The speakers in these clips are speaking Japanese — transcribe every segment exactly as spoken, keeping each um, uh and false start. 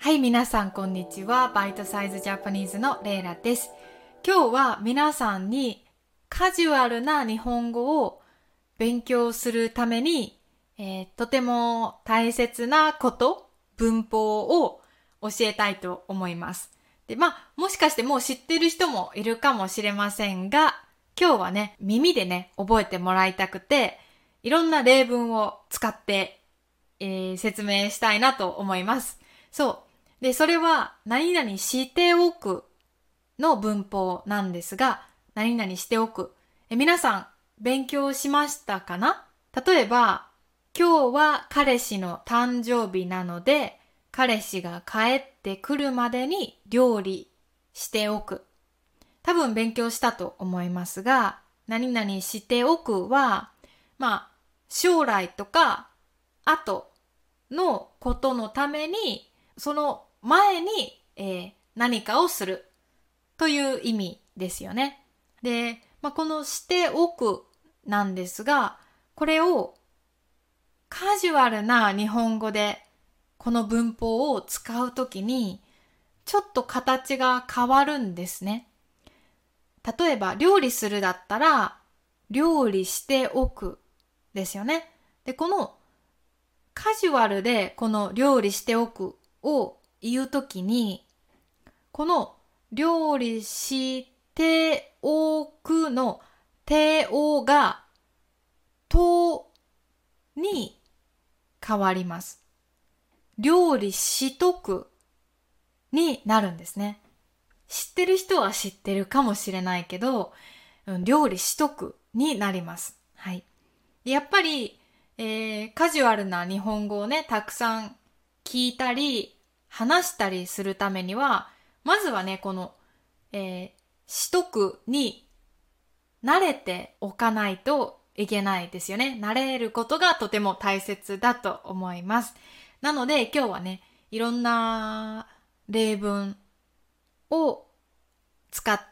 はい、皆さんこんにちは。バイトサイズジャパニーズのレイラです。今日は皆さんにカジュアルな日本語を勉強するために、えー、とても大切なこと、文法を教えたいと思います。で、まあ、もしかしてもう知ってる人もいるかもしれませんが、今日はね、耳でね、覚えてもらいたくて、いろんな例文を使って、えー、説明したいなと思います。そう。で、それは、何々しておくの文法なんですが、何々しておく。え、皆さん、勉強しましたかな？例えば、今日は彼氏の誕生日なので、彼氏が帰ってくるまでに料理しておく。多分勉強したと思いますが、何々しておくは、まあ、将来とか、後のことのために、その前に、えー、何かをするという意味ですよね。で、まあ、このしておくなんですが、これをカジュアルな日本語でこの文法を使うときにちょっと形が変わるんですね。例えば料理するだったら料理しておくですよね。で、このカジュアルでこの料理しておくを言うときに、この料理しておくのておがとに変わります。料理しとくになるんですね。知ってる人は知ってるかもしれないけど、うん、料理しとくになります。はい。やっぱり、えー、カジュアルな日本語をね、たくさん聞いたり、話したりするためには、まずはね、この、えー、しとくに慣れておかないといけないですよね。慣れることがとても大切だと思います。なので今日はね、いろんな例文を使って、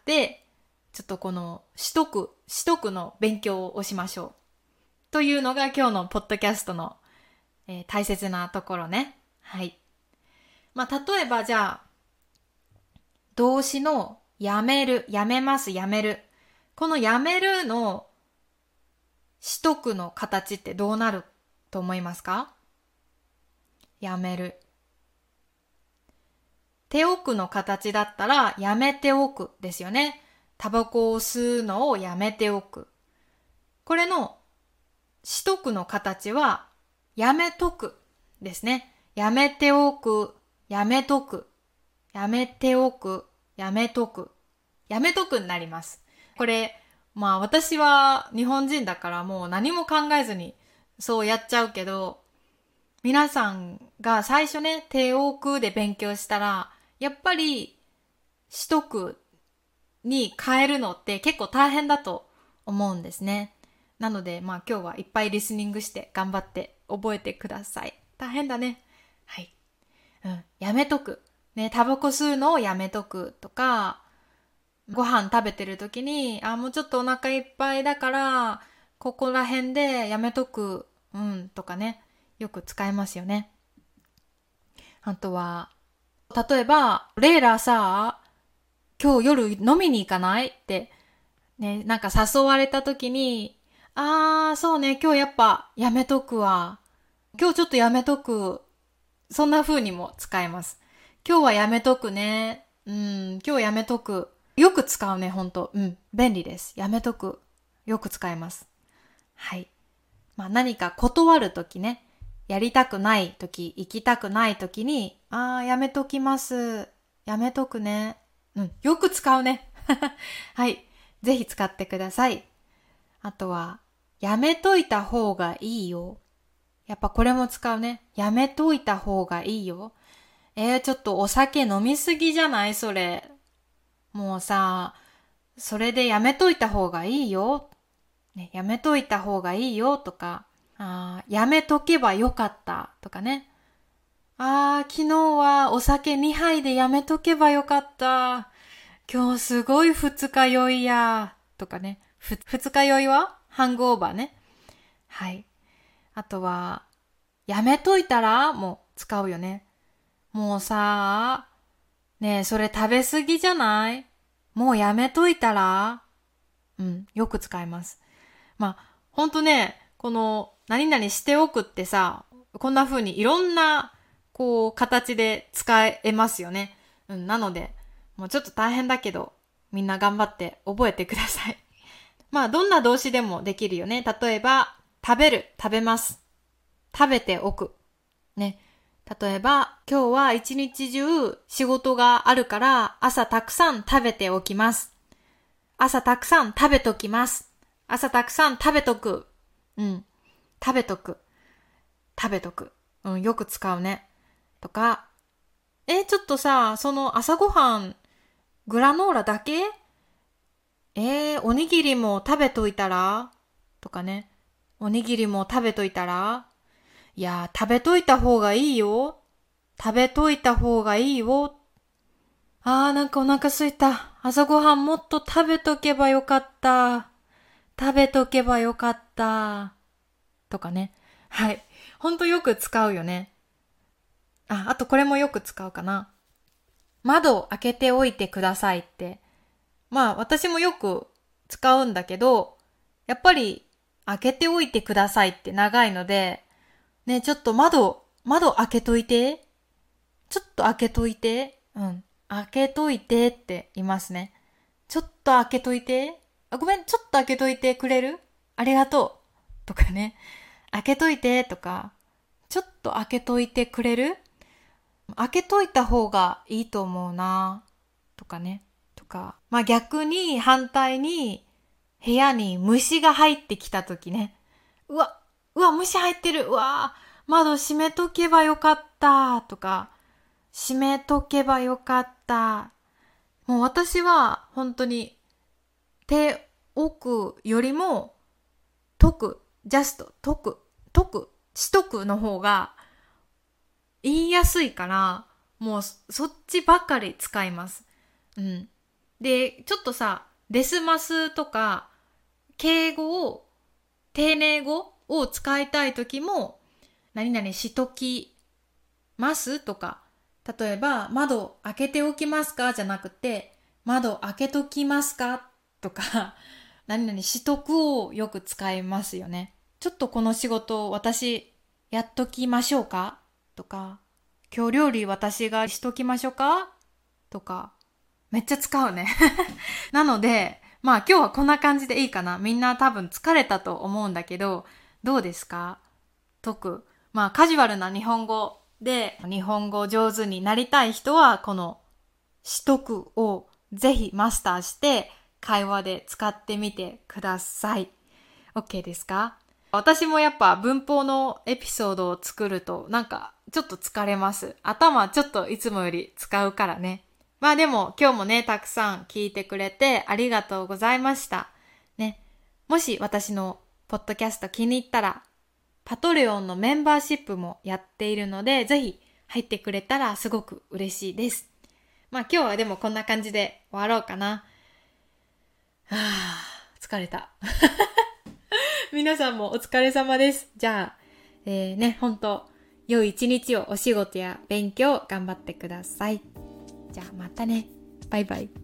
ちょっとこのしとく、しとくの勉強をしましょう。というのが今日のポッドキャストの、えー、大切なところね。はい。まあ、例えばじゃあ、動詞のやめる、やめます、やめる。このやめるのしとくの形ってどうなると思いますか？やめる。ておくの形だったらやめておくですよね。タバコを吸うのをやめておく。これのしとくの形はやめとくですね。やめておく、やめとく、やめておく、やめとく、やめとくになります。これ、まあ私は日本人だからもう何も考えずにそうやっちゃうけど、皆さんが最初ね、ておくで勉強したら、やっぱりしとくに変えるのって結構大変だと思うんですね。なので、まあ今日はいっぱいリスニングして頑張って覚えてください。大変だね。はい。うん。やめとく。ね、タバコ吸うのをやめとくとか、ご飯食べてる時に、あ、もうちょっとお腹いっぱいだから、ここら辺でやめとく。うん、とかね。よく使えますよね。あとは、例えば、レイラさ、今日夜飲みに行かないって、ね、なんか誘われた時に、あー、そうね、今日やっぱやめとくわ。今日ちょっとやめとく。そんな風にも使えます。今日はやめとくね。うん、今日やめとく。よく使うね、ほんと。うん、便利です。やめとく。よく使えます。はい。まあ何か断るときね、やりたくないとき、行きたくないときに、あー、やめときます。やめとくね。うん、よく使うね。はい。ぜひ使ってください。あとは、やめといた方がいいよ。やっぱこれも使うね。やめといた方がいいよ。えー、ちょっとお酒飲みすぎじゃないそれ。もうさ、それでやめといた方がいいよ。ね、やめといた方がいいよとか、あやめとけばよかったとかね。あー、昨日はお酒にはいでやめとけばよかった。今日すごい二日酔いや。とかね。ふ、二日酔いはハングオーバーね。はい。あとは、やめといたらも使うよね。 もうさ、ねえ、それ食べ過ぎじゃない？もうやめといたら？うん、よく使います。まあ、ほんとね、この、何々しておくってさ、こんな風にいろんな、こう、形で使えますよね。うん、なので、もうちょっと大変だけど、みんな頑張って覚えてください。まあ、どんな動詞でもできるよね。例えば、食べる、食べます。食べておく。ね。例えば、今日は一日中仕事があるから朝たくさん食べておきます。朝たくさん食べときます。朝たくさん食べとく。うん。食べとく。食べとく。うん、よく使うね。とか、え、ちょっとさ、その朝ごはん、グラノーラだけ？えー、おにぎりも食べといたら？とかね。おにぎりも食べといたら？いやー、食べといた方がいいよ。食べといた方がいいよ。あー、なんかお腹すいた。朝ごはんもっと食べとけばよかった。食べとけばよかった。とかね。はい。ほんとよく使うよね。あ、あとこれもよく使うかな。窓を開けておいてくださいって。まあ私もよく使うんだけど、やっぱり開けておいてくださいって長いので、ね、ちょっと窓、窓開けといて。ちょっと開けといて。うん。開けといてって言いますね。ちょっと開けといて。あ、ごめん、ちょっと開けといてくれる？ありがとう。とかね。開けといてとか、ちょっと開けといてくれる？開けといた方がいいと思うな。とかね。とか。まあ逆に反対に部屋に虫が入ってきたときね。うわ、うわ、虫入ってる。うわ、窓閉めとけばよかった。とか、閉めとけばよかった。もう私は本当に手置くよりも解く、ジャスト、解く、解く、しとくの方が言いやすいから、もうそっちばっかり使います。うん。で、ちょっとさ、デスマスとか、敬語を、丁寧語を使いたいときも、何々しときますとか、例えば、窓開けておきますかじゃなくて、窓開けときますかとか、何々しとくをよく使いますよね。ちょっとこの仕事私やっときましょうかとか、今日料理私がしときましょうかとか、めっちゃ使うね。なので、まあ今日はこんな感じでいいかな。みんな多分疲れたと思うんだけど、どうですか？解く。まあカジュアルな日本語で日本語上手になりたい人はこのしとくをぜひマスターして会話で使ってみてください。OK ですか？私もやっぱ文法のエピソードを作るとなんかちょっと疲れます。頭ちょっといつもより使うからね。まあでも今日もね、たくさん聞いてくれてありがとうございました。ね。もし私のポッドキャスト気に入ったら、パトレオンのメンバーシップもやっているので、ぜひ入ってくれたらすごく嬉しいです。まあ今日はでもこんな感じで終わろうかな。はぁ、疲れた。皆さんもお疲れ様です。じゃあ、えー、ね、ほんと、良い一日をお仕事や勉強頑張ってください。じゃあまたね。バイバイ。